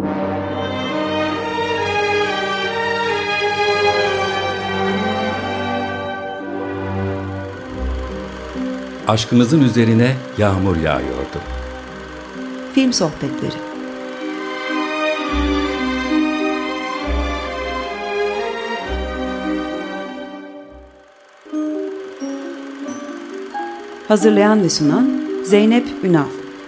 Aşkımızın üzerine yağmur yağıyordu. Film sohbetleri. Hazırlayan ve sunan Zeynep Ünal.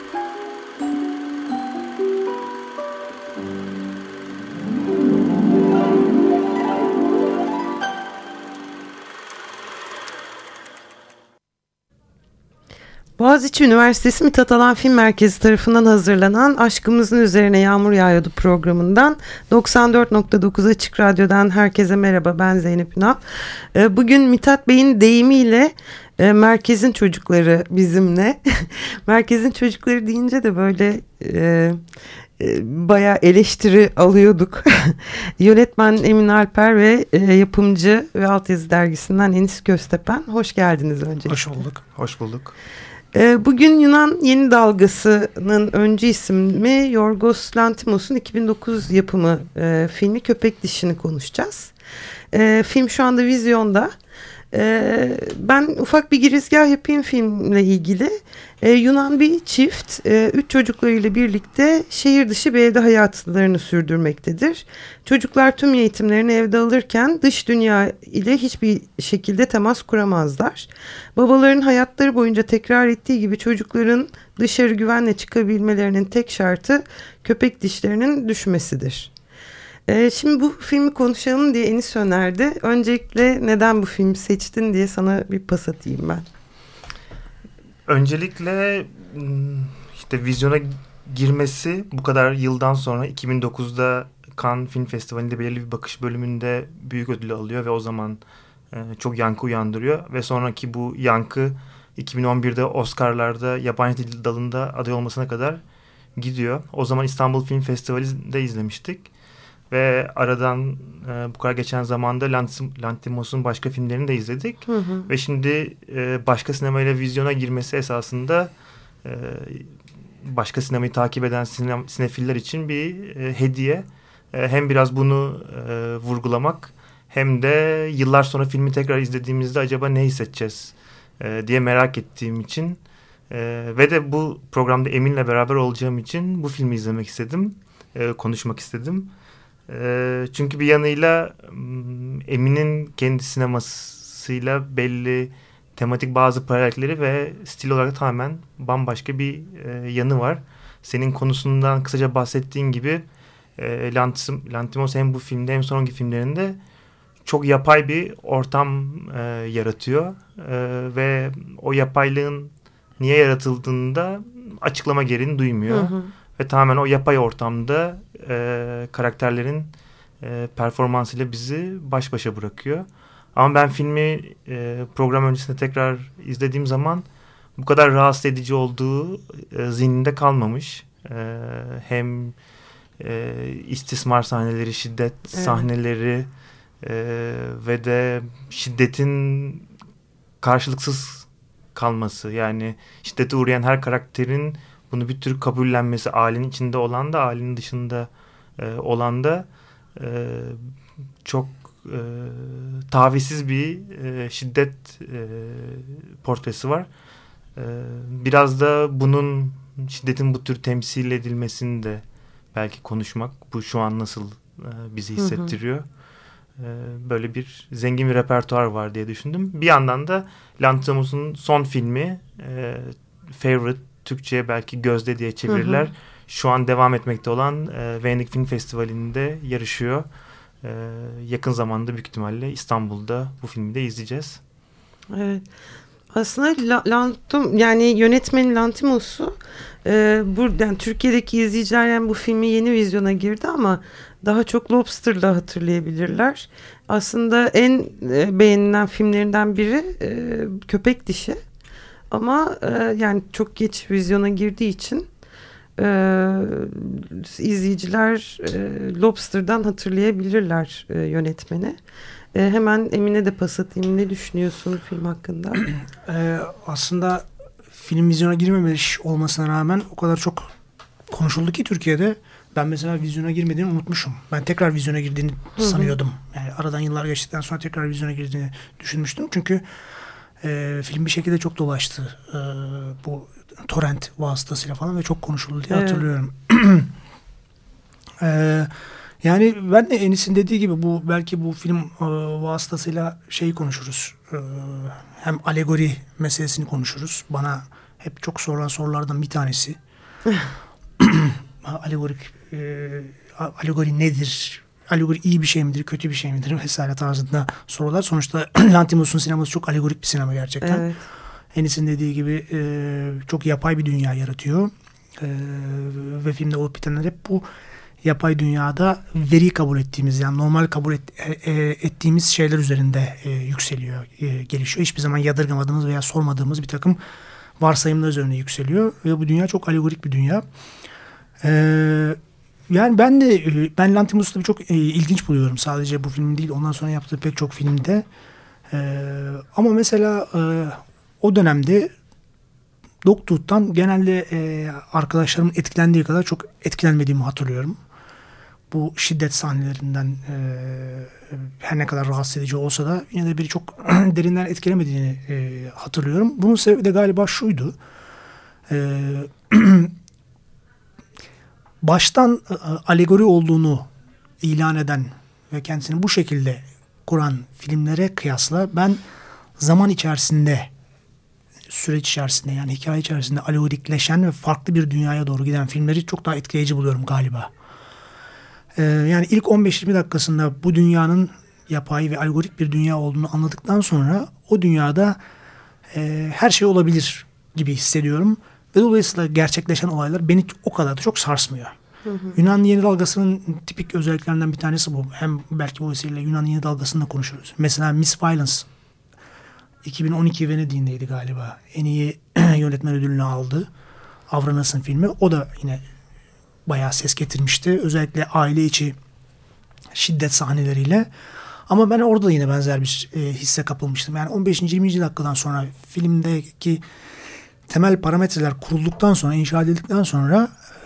Boğaziçi Üniversitesi Mithat Alan Film Merkezi tarafından hazırlanan Aşkımızın Üzerine Yağmur Yağıyordu programından 94.9 Açık Radyo'dan herkese merhaba, ben Zeynep Ünal. Bugün Mithat Bey'in deyimiyle merkezin çocukları bizimle. Merkezin çocukları deyince de böyle bayağı eleştiri alıyorduk. Yönetmen Emin Alper ve yapımcı ve Altyazı Dergisi'nden Enis Köstepen. Hoş geldiniz öncelikle. Hoş bulduk. Hoş bulduk. Bugün Yunan Yeni Dalgası'nın öncü ismi Yorgos Lanthimos'un 2009 yapımı filmi Köpek Dişi'ni konuşacağız. Film şu anda vizyonda. Ben ufak bir girizgah yapayım filmle ilgili. Yunan bir çift 3 çocuklarıyla birlikte şehir dışı bir evde hayatlarını sürdürmektedir. Çocuklar tüm eğitimlerini evde alırken dış dünya ile hiçbir şekilde temas kuramazlar. Babaların hayatları boyunca tekrar ettiği gibi çocukların dışarı güvenle çıkabilmelerinin tek şartı köpek dişlerinin düşmesidir. Şimdi bu filmi konuşalım diye Enis önerdi. Öncelikle neden bu filmi seçtin diye sana bir pas atayım ben. Öncelikle işte vizyona girmesi bu kadar yıldan sonra 2009'da Cannes Film Festivali'nde belirli bir bakış bölümünde büyük ödül alıyor ve o zaman çok yankı uyandırıyor. Ve sonraki bu yankı 2011'de Oscar'larda yabancı dil dalında aday olmasına kadar gidiyor. O zaman İstanbul Film Festivali'nde izlemiştik. Ve aradan bu kadar geçen zamanda Lanthimos'un başka filmlerini de izledik. Hı hı. Ve şimdi başka sinemayla vizyona girmesi esasında başka sinemayı takip eden sinefiller için bir hediye. Hem biraz bunu vurgulamak hem de yıllar sonra filmi tekrar izlediğimizde acaba ne hissedeceğiz diye merak ettiğim için ve de bu programda Emin'le beraber olacağım için bu filmi izlemek istedim, konuşmak istedim. Çünkü bir yanıyla Emin'in kendi sinemasıyla belli tematik bazı paralellikleri ve stil olarak tamamen bambaşka bir yanı var. Senin konusundan kısaca bahsettiğin gibi Lanthimos hem bu filmde hem sonraki filmlerinde çok yapay bir ortam yaratıyor. Ve o yapaylığın niye yaratıldığını da açıklama gereğini duymuyor. Hı hı. Ve tamamen o yapay ortamda karakterlerin performansıyla bizi baş başa bırakıyor. Ama ben filmi program öncesinde tekrar izlediğim zaman bu kadar rahatsız edici olduğu zihnimde kalmamış. Hem istismar sahneleri, şiddet sahneleri ve de şiddetin karşılıksız kalması. Yani şiddete uğrayan her karakterin bunu bir tür kabullenmesi, ailenin içinde olan da ailenin dışında olan da çok tavizsiz bir şiddet portresi var. Biraz da bunun şiddetin bu tür temsil edilmesini de belki konuşmak. Bu şu an nasıl bizi hissettiriyor. Hı hı. Böyle bir zengin bir repertuar var diye düşündüm. Bir yandan da Lanthimos'un son filmi Favorite, Türkçe'ye belki Gözde diye çevirirler. Hı hı. Şu an devam etmekte olan Venedik Film Festivali'nde yarışıyor. Yakın zamanda büyük ihtimalle İstanbul'da bu filmi de izleyeceğiz. Evet. Aslında yani yönetmenin Lanthimos'u buradan Türkiye'deki izleyiciler yani bu filmi yeni vizyona girdi ama daha çok Lobster'la hatırlayabilirler. Aslında en beğenilen filmlerinden biri Köpek Dişi. Ama yani çok geç vizyona girdiği için izleyiciler Lobster'dan hatırlayabilirler yönetmeni. Hemen Emine de pas atayım. Ne düşünüyorsun film hakkında? Aslında film vizyona girmemiş olmasına rağmen o kadar çok konuşuldu ki Türkiye'de. Ben mesela vizyona girmediğini unutmuşum. Ben tekrar vizyona girdiğini sanıyordum. Yani aradan yıllar geçtikten sonra tekrar vizyona girdiğini düşünmüştüm. Çünkü film bir şekilde çok dolaştı. Bu torrent vasıtasıyla falan ve çok konuşuldu diye hatırlıyorum. Yani ben de Enis'in dediği gibi belki bu film vasıtasıyla şeyi konuşuruz. Hem alegori meselesini konuşuruz. Bana hep çok sorulan sorulardan bir tanesi. Alegori nedir? Alegori iyi bir şey midir, kötü bir şey midir vesaire tarzında sorular. Sonuçta Lanthimos'un sineması çok alegorik bir sinema gerçekten. Evet. Enis'in dediği gibi çok yapay bir dünya yaratıyor. Ve filmde olup bitenler hep bu yapay dünyada veri kabul ettiğimiz, yani normal kabul ettiğimiz şeyler üzerinde yükseliyor, gelişiyor. Hiçbir zaman yadırgamadığımız veya sormadığımız bir takım varsayımlar üzerine yükseliyor. Ve bu dünya çok alegorik bir dünya. Yani ben Lanthimos'u çok ilginç buluyorum. Sadece bu film değil, ondan sonra yaptığı pek çok filmde. Ama mesela o dönemde Dogtooth'tan genelde arkadaşlarımın etkilendiği kadar çok etkilenmediğimi hatırlıyorum. Bu şiddet sahnelerinden her ne kadar rahatsız edici olsa da yine de biri çok derinden etkilemediğini hatırlıyorum. Bunun sebebi de galiba şuydu. Baştan alegori olduğunu ilan eden ve kendisini bu şekilde kuran filmlere kıyasla ben zaman içerisinde, süreç içerisinde, yani hikaye içerisinde alegorikleşen ve farklı bir dünyaya doğru giden filmleri çok daha etkileyici buluyorum galiba. Yani ilk 15-20 dakikasında bu dünyanın yapay ve algorik bir dünya olduğunu anladıktan sonra o dünyada her şey olabilir gibi hissediyorum. Ve dolayısıyla gerçekleşen olaylar beni o kadar da çok sarsmıyor. Yunan yeni dalgasının tipik özelliklerinden bir tanesi bu. Hem belki bu vesileyle Yunan yeni dalgasını da konuşuruz. Mesela Miss Violence 2012 Venedik'indeydi galiba. En iyi yönetmen ödülünü aldı. Avranas'ın filmi. O da yine bayağı ses getirmişti. Özellikle aile içi şiddet sahneleriyle. Ama ben orada yine benzer bir hisse kapılmıştım. Yani 15. 20. dakikadan sonra filmdeki temel parametreler kurulduktan sonra, inşa edildikten sonra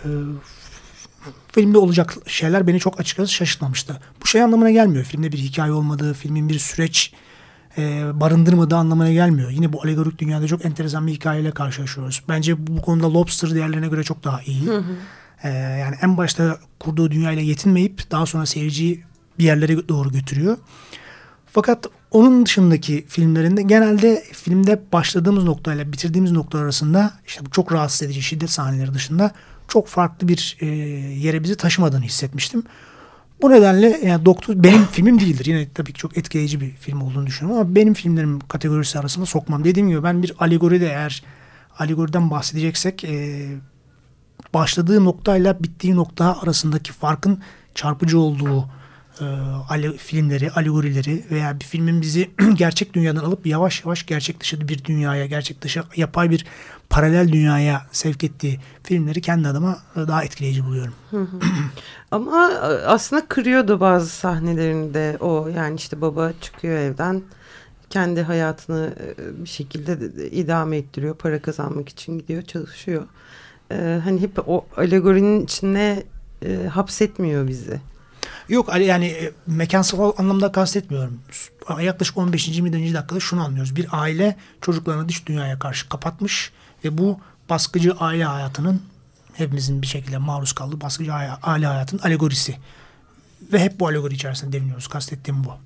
filmde olacak şeyler beni çok açıkçası şaşırtmamıştı. Bu şey anlamına gelmiyor. Filmde bir hikaye olmadığı, filmin bir süreç barındırmadığı anlamına gelmiyor. Yine bu alegorik dünyada çok enteresan bir hikayeyle karşılaşıyoruz. Bence bu konuda Lobster diğerlerine göre çok daha iyi. Yani en başta kurduğu dünyayla yetinmeyip daha sonra seyirciyi bir yerlere doğru götürüyor. Fakat onun dışındaki filmlerinde genelde filmde başladığımız noktayla bitirdiğimiz nokta arasında işte bu çok rahatsız edici şiddet sahneleri dışında çok farklı bir yere bizi taşımadığını hissetmiştim. Bu nedenle yani Doktor benim filmim değildir. Yine tabii ki çok etkileyici bir film olduğunu düşünüyorum ama benim filmlerim kategorisi arasında sokmam. Dediğim gibi ben bir alegoride, eğer alegoriden bahsedeceksek başladığı noktayla bittiği nokta arasındaki farkın çarpıcı olduğu filmleri, alegorileri veya bir filmin bizi gerçek dünyadan alıp yavaş yavaş gerçek dışı bir dünyaya, gerçek dışı yapay bir paralel dünyaya sevk ettiği filmleri kendi adıma daha etkileyici buluyorum. Ama aslında kırıyordu bazı sahnelerinde o, yani işte baba çıkıyor evden, kendi hayatını bir şekilde idame ettiriyor, para kazanmak için gidiyor, çalışıyor. Hani hep o alegorinin içine hapsetmiyor bizi. Yok yani mekansal anlamda kastetmiyorum. Yaklaşık 15. 20. dakikada şunu anlıyoruz. Bir aile çocuklarını dış dünyaya karşı kapatmış ve bu baskıcı aile hayatının, hepimizin bir şekilde maruz kaldığı baskıcı aile hayatının alegorisi. Ve hep bu alegori içerisinde deviniyoruz. Kastettiğim bu.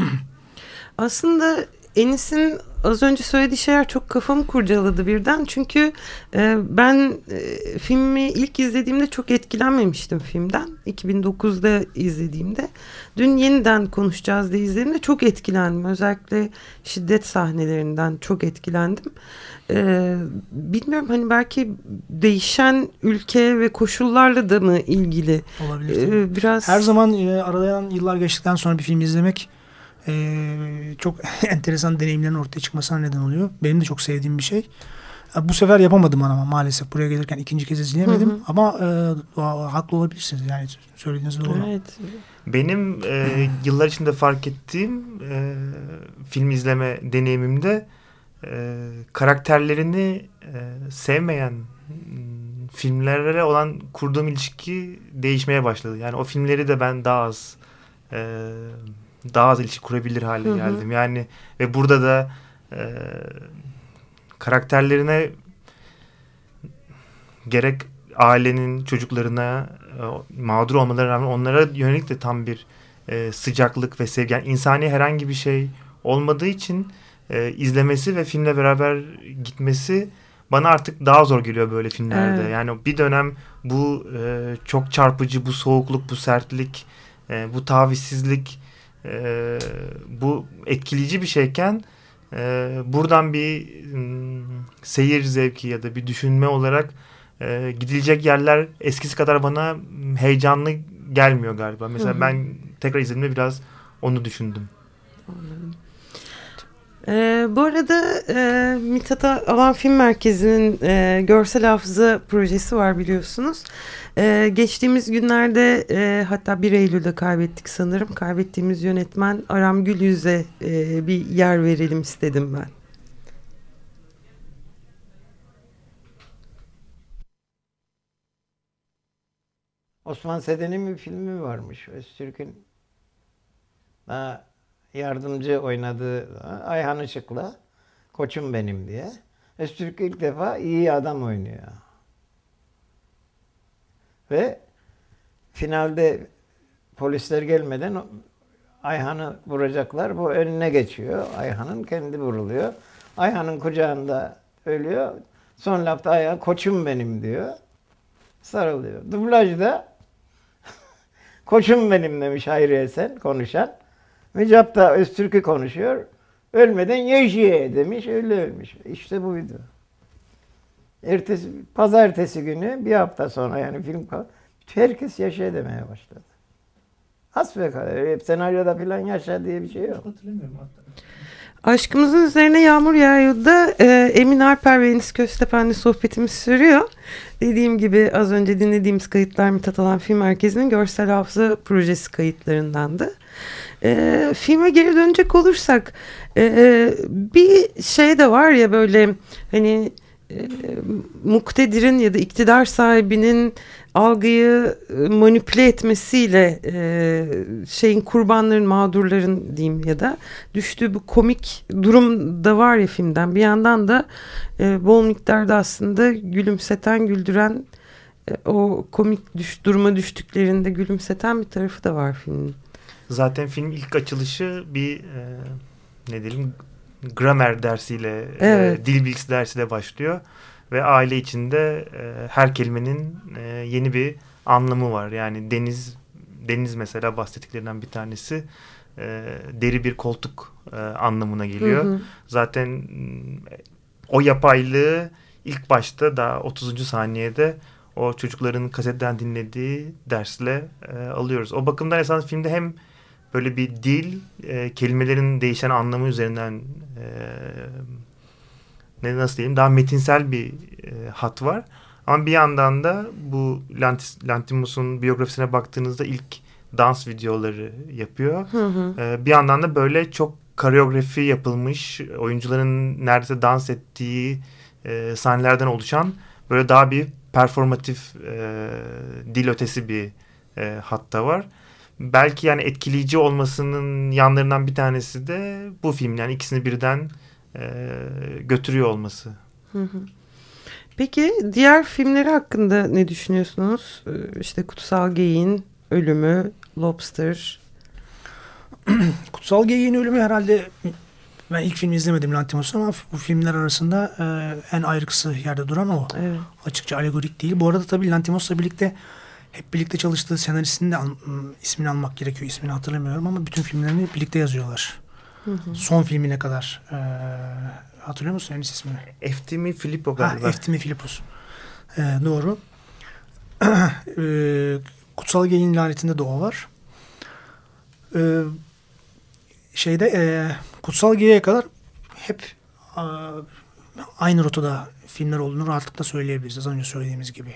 Aslında Enis'in az önce söylediği şeyler çok kafamı kurcaladı birden. Çünkü ben filmi ilk izlediğimde çok etkilenmemiştim filmden. 2009'da izlediğimde. Dün yeniden konuşacağız diye izlediğimde çok etkilendim. Özellikle şiddet sahnelerinden çok etkilendim. Bilmiyorum, hani belki değişen ülke ve koşullarla da mı ilgili? Olabilir. Biraz... Her zaman aradan yıllar geçtikten sonra bir film izlemek çok enteresan deneyimlerin ortaya çıkmasına neden oluyor. Benim de çok sevdiğim bir şey. Bu sefer yapamadım ama maalesef. Buraya gelirken ikinci kez izleyemedim. Ama haklı olabilirsiniz. Yani söylediğiniz doğru. Evet. Benim yıllar içinde fark ettiğim film izleme deneyimimde karakterlerini sevmeyen filmlerle olan kurduğum ilişki değişmeye başladı. Yani o filmleri de ben daha az ilişki kurabilir hale geldim. Yani ve burada da karakterlerine gerek ailenin çocuklarına mağdur olmalarına rağmen onlara yönelik de tam bir sıcaklık ve sevgi. Yani insani herhangi bir şey olmadığı için izlemesi ve filmle beraber gitmesi bana artık daha zor geliyor böyle filmlerde. Evet. Yani bir dönem bu çok çarpıcı, bu soğukluk, bu sertlik, bu tavizsizlik, bu etkileyici bir şeyken buradan bir seyir zevki ya da bir düşünme olarak gidilecek yerler eskisi kadar bana heyecanlı gelmiyor galiba. Mesela ben tekrar izlediğimde biraz onu düşündüm. Anladım. Bu arada Mithat Alan Film Merkezi'nin görsel hafıza projesi var biliyorsunuz. Geçtiğimiz günlerde hatta 1 Eylül'de kaybettik sanırım. Kaybettiğimiz yönetmen Aram Gülyüz'e bir yer verelim istedim ben. Osman Seden'in bir filmi varmış. Öztürk'ün yardımcı oynadığı Ayhan Işık'la Koçum Benim diye. Öztürk ilk defa iyi adam oynuyor. Ve finalde polisler gelmeden Ayhan'ı vuracaklar. Bu önüne geçiyor. Ayhan'ın kendi vuruluyor. Ayhan'ın kucağında ölüyor. Son lafta Ayhan Koçum Benim diyor. Sarılıyor. Dublajda Koçum Benim demiş Hayri Esen konuşan. Mücap da Öztürk'ü konuşuyor. Ölmeden yaşa demiş, öyle ölmüş. İşte buydu. Pazartesi günü bir hafta sonra yani film herkes yaşa demeye başladı. Hasbelkader. Hep senaryoda falan yaşa diye bir şey yok. Hatırlamıyorum hatta. Aşkımızın üzerine yağmur yağıyor da Emin Alper ve Enis Köstepen'le sohbetimiz sürüyor. Dediğim gibi az önce dinlediğimiz kayıtlar Mithat Alan Film Merkezi'nin görsel hafıza projesi kayıtlarındandı. Filme geri dönecek olursak bir şey de var ya böyle hani muktedirin ya da iktidar sahibinin algıyı manipüle etmesiyle şeyin kurbanların, mağdurların diyeyim ya da düştüğü bu komik durum da var ya filmden. Bir yandan da bol miktarda aslında gülümseten, güldüren o komik duruma düştüklerinde gülümseten bir tarafı da var filmin. Zaten film ilk açılışı bir ne diyelim gramer dersiyle, evet. Dil bilgisi dersiyle başlıyor. Ve aile içinde her kelimenin yeni bir anlamı var. Yani deniz mesela bahsettiklerinden bir tanesi deri bir koltuk anlamına geliyor. Hı hı. Zaten o yapaylığı ilk başta daha 30. saniyede o çocukların kasetten dinlediği dersle alıyoruz. O bakımdan esas filmde hem böyle bir dil, kelimelerin değişen anlamı üzerinden nasıl diyeyim daha metinsel bir hat var. Ama bir yandan da bu Lanthimos'un biyografisine baktığınızda ilk dans videoları yapıyor. Hı hı. Bir yandan da böyle çok koreografi yapılmış, oyuncuların neredeyse dans ettiği sahnelerden oluşan böyle daha bir performatif dil ötesi bir hatta var. Belki yani etkileyici olmasının yanlarından bir tanesi de bu film. Yani ikisini birden götürüyor olması. Hı hı. Peki diğer filmleri hakkında ne düşünüyorsunuz? İşte Kutsal Geyiğin Ölümü, Lobster. Kutsal Geyiğin Ölümü herhalde ben ilk filmi izlemedim Lanthimos'un ama bu filmler arasında en ayrıksı yerde duran o. Evet. Açıkça alegorik değil. Bu arada tabii Lanthimos'la birlikte hep birlikte çalıştığı senaristinin de ismini almak gerekiyor. İsmini hatırlamıyorum ama bütün filmlerini birlikte yazıyorlar. Hı hı. Son filmine kadar. Hatırlıyor musun Enis ismini? Eftimi Filippo galiba. Eftimi Filippos. Doğru. Kutsal Geyiğin Lanetinde de o var. Kutsal Geyiğe kadar hep aynı rotada filmler olduğunu rahatlıkla söyleyebiliriz. Az önce söylediğimiz gibi.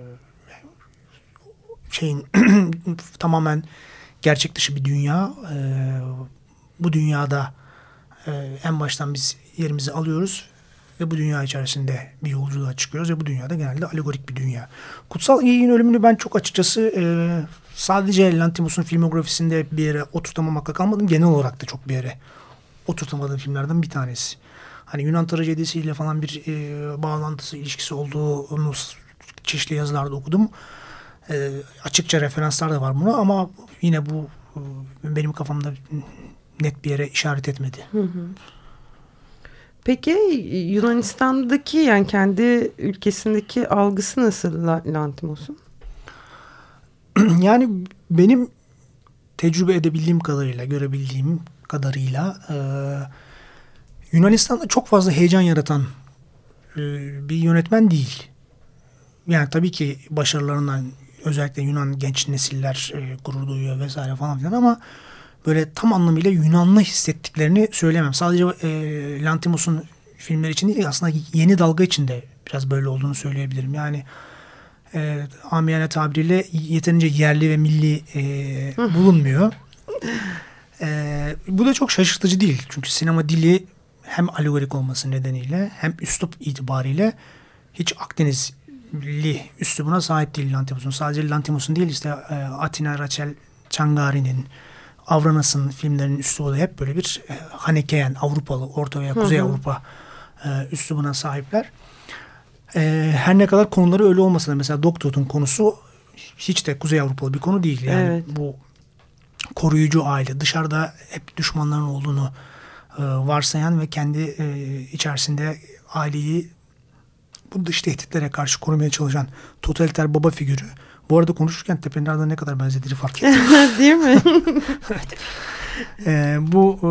Tamamen gerçek dışı bir dünya. Bu dünyada en baştan biz yerimizi alıyoruz ve bu dünya içerisinde bir yolculuğa çıkıyoruz ve bu dünyada genelde alegorik bir dünya. Kutsal Geyiğin ölümünü ben çok açıkçası sadece Lanthimos'un filmografisinde bir yere oturtamamakla kalmadım. Genel olarak da çok bir yere oturtamadığım filmlerden bir tanesi. Hani Yunan trajedisiyle falan bir bağlantısı, ilişkisi olduğunu çeşitli yazılarda okudum. Açıkça referanslar da var buna ama yine bu benim kafamda net bir yere işaret etmedi. Hı hı. Peki Yunanistan'daki yani kendi ülkesindeki algısı nasıl Lanthimos'un? Yani benim tecrübe edebildiğim kadarıyla, görebildiğim kadarıyla Yunanistan'da çok fazla heyecan yaratan bir yönetmen değil. Yani tabii ki başarılarından özellikle Yunan genç nesiller gurur duyuyor vesaire falan filan ama böyle tam anlamıyla Yunanlı hissettiklerini söyleyemem. Sadece Lanthimos'un filmleri için değil, aslında yeni dalga için de biraz böyle olduğunu söyleyebilirim. Yani amiyane tabiriyle yeterince yerli ve milli bulunmuyor. Bu da çok şaşırtıcı değil. Çünkü sinema dili hem alegorik olması nedeniyle hem üslup itibariyle hiç Akdenizli üslubuna sahip değil Lanthimos'un. Sadece Lanthimos'un değil, işte Atina Rachel Çangari'nin, Avranas'ın filmlerinin üslubu da hep böyle bir Hanekeyen, Avrupalı, Orta veya Kuzey Avrupa üslubuna sahipler. Her ne kadar konuları öyle olmasa da mesela Doktor'un konusu hiç de Kuzey Avrupalı bir konu değil. Yani evet. Bu koruyucu aile, dışarıda hep düşmanların olduğunu varsayan ve kendi içerisinde aileyi bu dış tehditlere karşı korumaya çalışan totaliter baba figürü. Bu arada konuşurken Tepe'nin ardına ne kadar benzediğini fark ettim. Değil mi? Evet.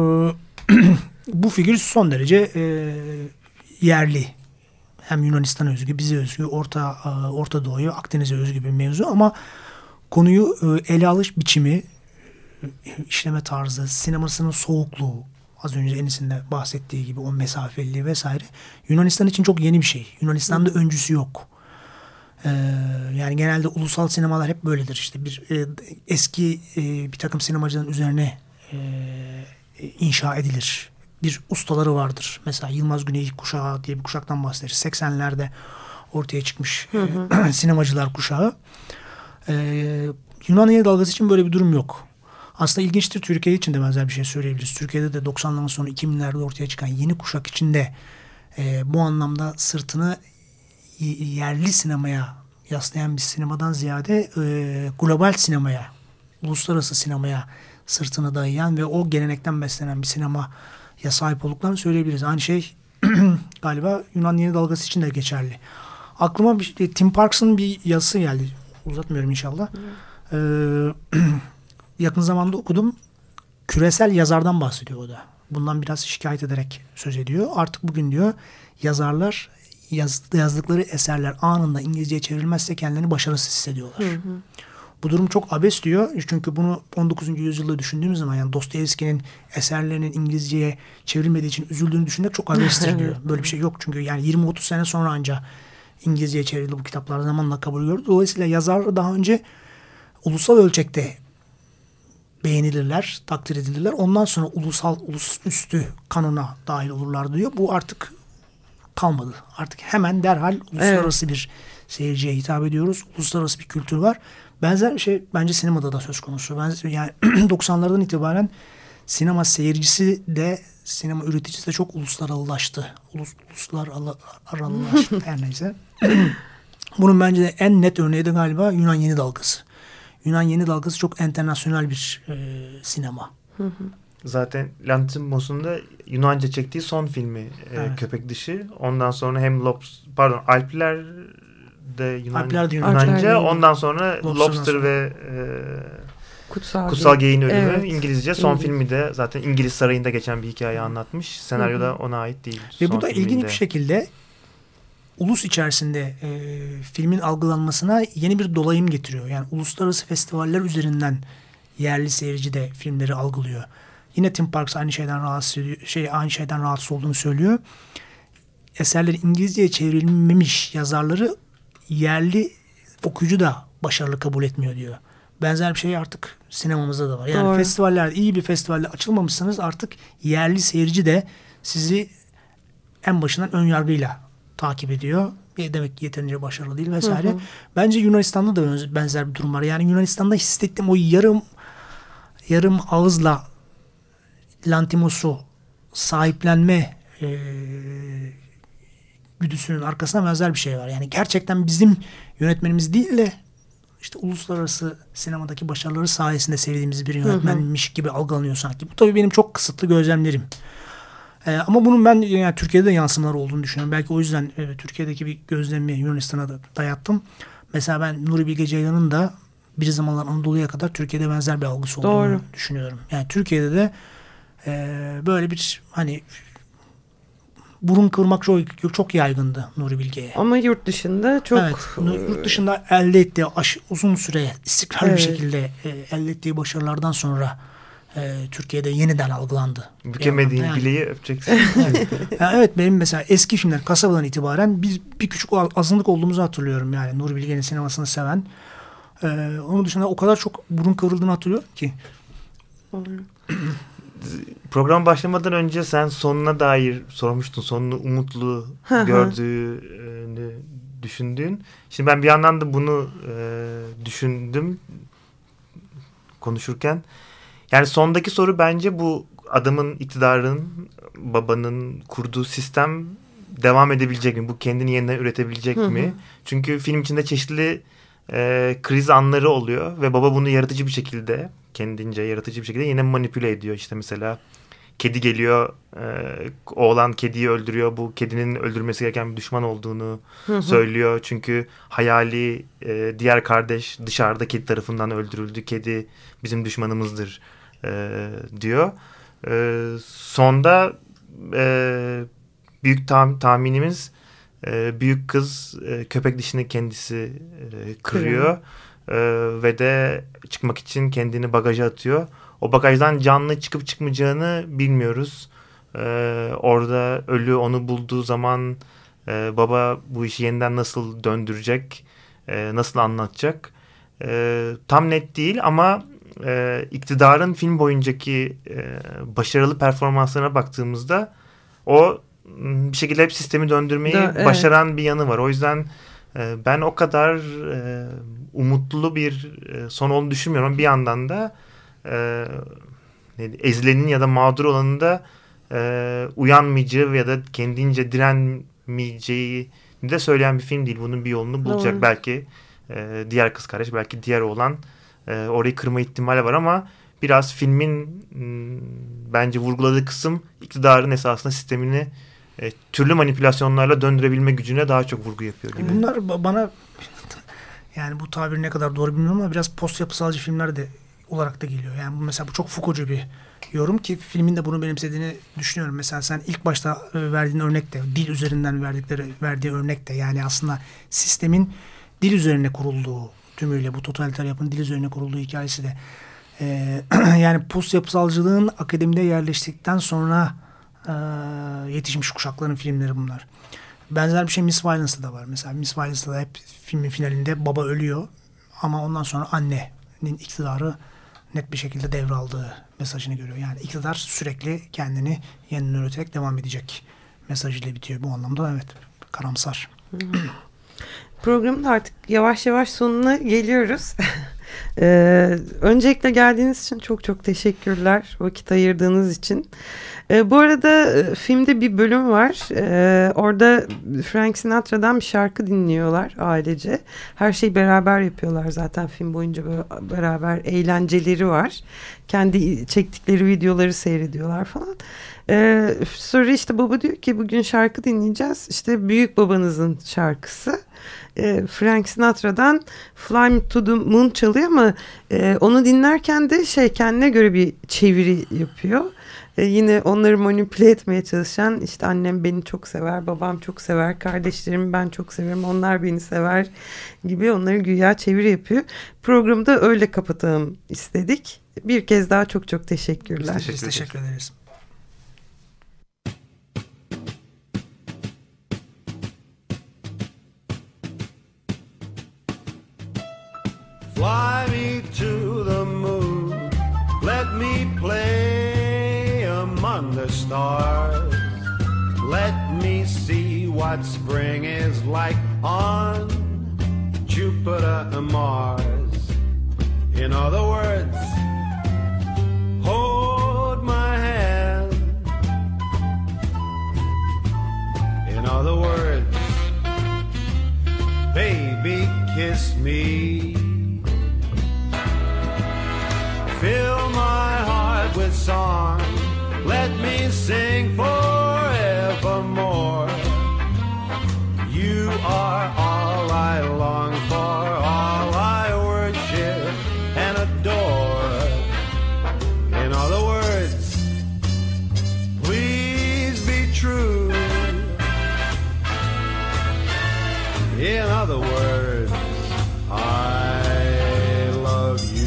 Bu figür son derece yerli. Hem Yunanistan özgü, bize özgü, Orta Doğu'ya, Akdeniz'e özgü bir mevzu ama konuyu ele alış biçimi, işleme tarzı, sinemasının soğukluğu, az önce Enis'in de bahsettiği gibi o mesafeliliği vesaire Yunanistan için çok yeni bir şey. Yunanistan'da öncüsü yok. Yani genelde ulusal sinemalar hep böyledir. İşte bir eski bir takım sinemacıların üzerine inşa edilir. Bir ustaları vardır. Mesela Yılmaz Güney kuşağı diye bir kuşaktan bahsederiz. 80'lerde ortaya çıkmış sinemacılar kuşağı. Yunan yeni dalgası için böyle bir durum yok. Aslında ilginçtir, Türkiye için de benzer bir şey söyleyebiliriz. Türkiye'de de 90'ların sonu 2000'lerde ortaya çıkan yeni kuşak içinde bu anlamda sırtını yerli sinemaya yaslayan bir sinemadan ziyade global sinemaya, uluslararası sinemaya sırtını dayayan ve o gelenekten beslenen bir sinemaya sahip olduklarını söyleyebiliriz. Aynı şey galiba Yunan yeni dalgası için de geçerli. Aklıma Tim Parks'ın bir yazısı geldi. Uzatmıyorum inşallah. Yakın zamanda okudum. Küresel yazardan bahsediyor o da. Bundan biraz şikayet ederek söz ediyor. Artık bugün diyor yazarlar yazdıkları eserler anında İngilizceye çevrilmezse kendilerini başarısız hissediyorlar. Bu durum çok abes diyor. Çünkü bunu 19. yüzyılda düşündüğümüz zaman yani Dostoyevski'nin eserlerinin İngilizceye çevrilmediği için üzüldüğünü düşünmek çok abestir diyor. Böyle bir şey yok çünkü yani 20-30 sene sonra anca İngilizceye çevrildi bu kitaplar, zamanla kabul gördü. Dolayısıyla yazar daha önce ulusal ölçekte beğenilirler, takdir edilirler. Ondan sonra ulusüstü kanona dahil olurlar diyor. Bu artık kalmadı. Artık hemen derhal uluslararası bir seyirciye hitap ediyoruz. Uluslararası bir kültür var. Benzer bir şey bence sinemada da söz konusu. Yani 90'lardan itibaren sinema seyircisi de sinema üreticisi de çok uluslararılaştı. Uluslararılaştı her neyse. Bunun bence de en net örneği de galiba Yunan yeni dalgası. Yunan yeni dalgası çok internasyonel bir sinema. Zaten Lanthimos'un da Yunanca çektiği son filmi Köpek Dişi. Ondan sonra hem Alpler'de Yunanca. Ondan sonra Lobster ve Kutsal Geyiğin Ölümü İngilizce. Son filmi de zaten İngiliz Sarayı'nda geçen bir hikaye anlatmış. Senaryo da ona ait değil. Ve bu da ilginç bir şekilde ulus içerisinde filmin algılanmasına yeni bir dolayım getiriyor. Yani uluslararası festivaller üzerinden yerli seyirci de filmleri algılıyor. Yine Tim Parks aynı şeyden rahatsız olduğunu söylüyor. Eserleri İngilizceye çevrilmemiş yazarları yerli okuyucu da başarılı kabul etmiyor diyor. Benzer bir şey artık sinemamızda da var. Yani festivaller, iyi bir festivalde açılmamışsanız artık yerli seyirci de sizi en başından ön yargıyla takip ediyor. Demek ki yeterince başarılı değil vesaire. Bence Yunanistan'da da benzer bir durum var. Yani Yunanistan'da hissettiğim o yarım ağızla Lanthimos'u sahiplenme güdüsünün arkasında benzer bir şey var. Yani gerçekten bizim yönetmenimiz değil de işte uluslararası sinemadaki başarıları sayesinde sevdiğimiz bir yönetmenmiş gibi algılanıyor sanki. Bu tabii benim çok kısıtlı gözlemlerim. Ama bunun ben yani Türkiye'de de yansımaları olduğunu düşünüyorum. Belki o yüzden Türkiye'deki bir gözlemimi Yunanistan'a da dayattım. Mesela ben Nuri Bilge Ceylan'ın da Bir Zamanlar Anadolu'ya kadar Türkiye'de benzer bir algısı olduğunu düşünüyorum. Yani Türkiye'de de böyle bir hani burun kıvırmak çok yaygındı Nuri Bilge'ye. Ama yurt dışında çok... Evet, yurt dışında elde ettiği uzun süre istikrarlı bir şekilde elde ettiği başarılardan sonra Türkiye'de yeniden algılandı. Bükemediğin yani. bileği öpeceksin. Yani evet, benim mesela eski filmler Kasaba'dan itibaren bir küçük azınlık olduğumuzu hatırlıyorum. Yani Nuri Bilge'nin sinemasını seven. Onun dışında o kadar çok burun kıvrıldığını hatırlıyorum ki. Program başlamadan önce sen sonuna dair sormuştun. Sonunu umutlu gördüğünü düşündüğün. Şimdi ben bir yandan da bunu düşündüm konuşurken. Yani sondaki soru bence bu adamın, iktidarın, babanın kurduğu sistem devam edebilecek mi? Bu kendini yeniden üretebilecek mi? Çünkü film içinde çeşitli kriz anları oluyor ve baba bunu yaratıcı bir şekilde, kendince yaratıcı bir şekilde yine manipüle ediyor. İşte mesela kedi geliyor, oğlan kediyi öldürüyor. Bu kedinin öldürmesi gereken bir düşman olduğunu söylüyor. Çünkü hayali diğer kardeş dışarıda kedi tarafından öldürüldü. Kedi bizim düşmanımızdır diyor. Sonda büyük tahminimiz büyük kız köpek dişini kendisi kırıyor. Ve de çıkmak için kendini bagaja atıyor. O bagajdan canlı çıkıp çıkmayacağını bilmiyoruz. Orada ölü onu bulduğu zaman baba bu işi yeniden nasıl döndürecek, nasıl anlatacak tam net değil ama iktidarın film boyuncaki başarılı performanslarına baktığımızda o bir şekilde hep sistemi döndürmeyi başaran bir yanı var. O yüzden ben o kadar umutlu bir son olduğunu düşünmüyorum. Bir yandan da ezilenin ya da mağdur olanın da uyanmayacağı ya da kendince direnmeyeceği de söyleyen bir film değil. Bunun bir yolunu bulacak. Doğru. Belki diğer kız kardeş, belki diğer oğlan orayı kırma ihtimali var ama biraz filmin bence vurguladığı kısım iktidarın esasında sistemini türlü manipülasyonlarla döndürebilme gücüne daha çok vurgu yapıyor gibi. Bunlar bana yani bu tabir ne kadar doğru bilmiyorum ama biraz post yapısalcı filmler de olarak da geliyor. Yani mesela bu çok Foucault'cu bir yorum ki filmin de bunu benimsediğini düşünüyorum. Mesela sen ilk başta verdiğin örnek de dil üzerinden verdiği örnek de yani aslında sistemin dil üzerine kurulduğu tümüyle bu totaliter yapının dil üzerine kurulduğu hikayesi de yani post yapısalcılığın akademide yerleştikten sonra yetişmiş kuşakların filmleri bunlar. Benzer bir şey Miss Violence'da da var. Mesela Miss Violence'da da hep filmin finalinde baba ölüyor ama ondan sonra annenin iktidarı net bir şekilde devraldığı mesajını görüyor. Yani iktidar sürekli kendini yeniden üreterek devam edecek mesajıyla bitiyor. Bu anlamda evet karamsar. Programın artık yavaş yavaş sonuna geliyoruz. Öncelikle geldiğiniz için çok çok teşekkürler. Vakit ayırdığınız için. Bu arada filmde bir bölüm var. Orada Frank Sinatra'dan bir şarkı dinliyorlar ailece. Her şeyi beraber yapıyorlar zaten film boyunca beraber eğlenceleri var. Kendi çektikleri videoları seyrediyorlar falan. Sonra işte baba diyor ki bugün şarkı dinleyeceğiz. İşte büyük babanızın şarkısı. Frank Sinatra'dan Fly Me to the Moon çalıyor ama onu dinlerken de kendine göre bir çeviri yapıyor. Yine onları manipüle etmeye çalışan işte annem beni çok sever, babam çok sever, kardeşlerimi ben çok severim, onlar beni sever gibi onları güya çeviri yapıyor. Programı da öyle kapatalım istedik. Bir kez daha çok çok teşekkürler. Biz teşekkür ederiz. Fly me to the moon, let me play among the stars, let me what spring is like on Jupiter and Mars. In other words, hold my hand. In other words, baby, kiss me. Fill my heart with song. Let me sing forevermore. You are all I long for, all I worship and adore. In other words, please be true. In other words, I love you.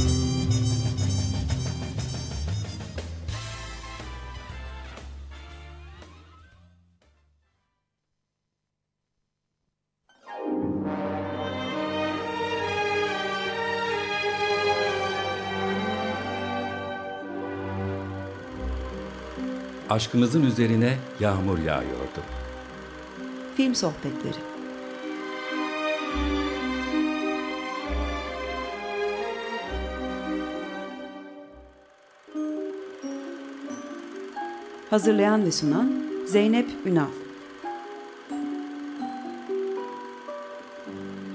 Aşkımızın üzerine yağmur yağıyordu. Film sohbetleri. Hazırlayan ve sunan Zeynep Ünal.